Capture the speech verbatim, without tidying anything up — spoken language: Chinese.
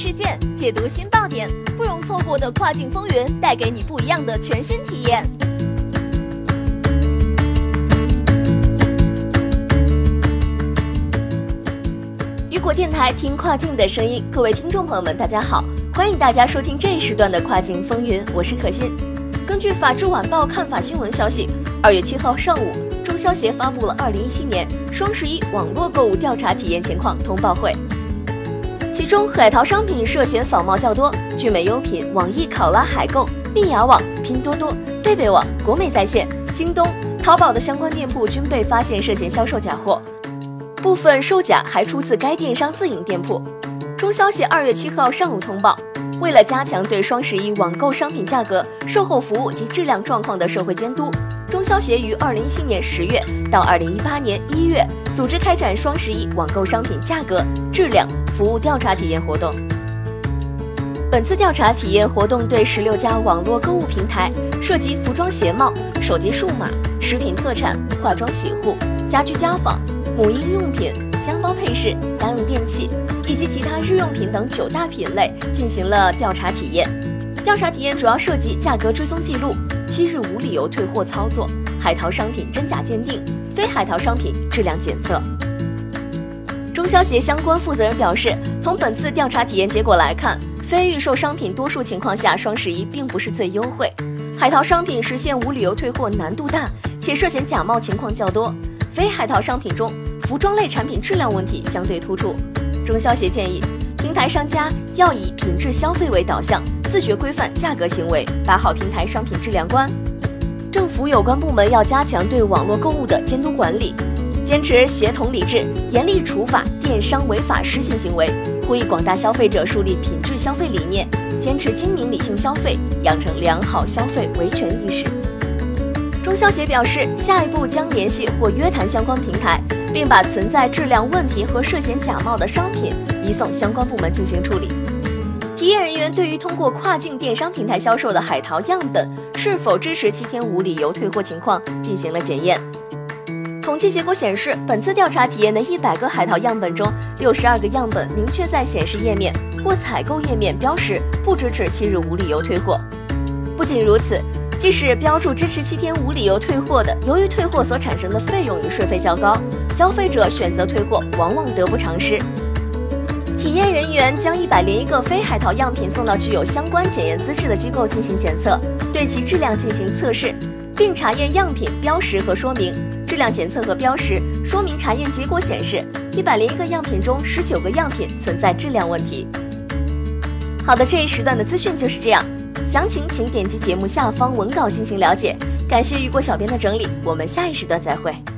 事件，解读新爆点，不容错过的跨境风云，带给你不一样的全新体验。雨果电台，听跨境的声音。各位听众朋友们，大家好，欢迎大家收听这一时段的跨境风云，我是可心。根据法制晚报看法新闻消息，二月七号上午，中消协发布了二零一七年双十一网络购物调查体验情况通报会。其中，海淘商品涉嫌仿冒较多，聚美优品、网易考拉海购、蜜芽网、拼多多、贝贝网、国美在线、京东、淘宝的相关店铺均被发现涉嫌销售假货，部分售假还出自该电商自营店铺。中消协二月七号上午通报，为了加强对双十一网购商品价格、售后服务及质量状况的社会监督，中消协于二零一七年十月到二零一八年一月组织开展双十一网购商品价格、质量、服务调查体验活动。本次调查体验活动对十六家网络购物平台，涉及服装鞋帽、手机数码、食品特产、化妆洗护、家居家纺、母婴用品、箱包配饰、家用电器以及其他日用品等九大品类进行了调查体验。调查体验主要涉及价格追踪记录、七日无理由退货操作、海淘商品真假鉴定、非海淘商品质量检测。中消协相关负责人表示，从本次调查体验结果来看，非预售商品多数情况下双十一并不是最优惠，海淘商品实现无理由退货难度大，且涉嫌假冒情况较多。非海淘商品中，服装类产品质量问题相对突出。中消协建议，平台商家要以品质消费为导向，自觉规范价格行为，把好平台商品质量关。政府有关部门要加强对网络购物的监督管理，坚持协同理智，严厉处罚电商违法失信行为，呼吁广大消费者树立品质消费理念，坚持精明理性消费，养成良好消费维权意识。中消协表示，下一步将联系或约谈相关平台，并把存在质量问题和涉嫌假冒的商品移送相关部门进行处理。体验人员对于通过跨境电商平台销售的海淘样本是否支持七天无理由退货情况进行了检验。统计结果显示，本次调查体验的一百个海淘样本中，六十二个样本明确在显示页面或采购页面标识不支持七日无理由退货。不仅如此，即使标注支持七天无理由退货的，由于退货所产生的费用与税费较高，消费者选择退货往往得不偿失。体验人员将一百零一个非海淘样品送到具有相关检验资质的机构进行检测，对其质量进行测试，并查验样品标识和说明。质量检测和标识说明查验结果显示，一百零一个样品中十九个样品存在质量问题。好的，这一时段的资讯就是这样，详情请点击节目下方文稿进行了解。感谢雨果小编的整理，我们下一时段再会。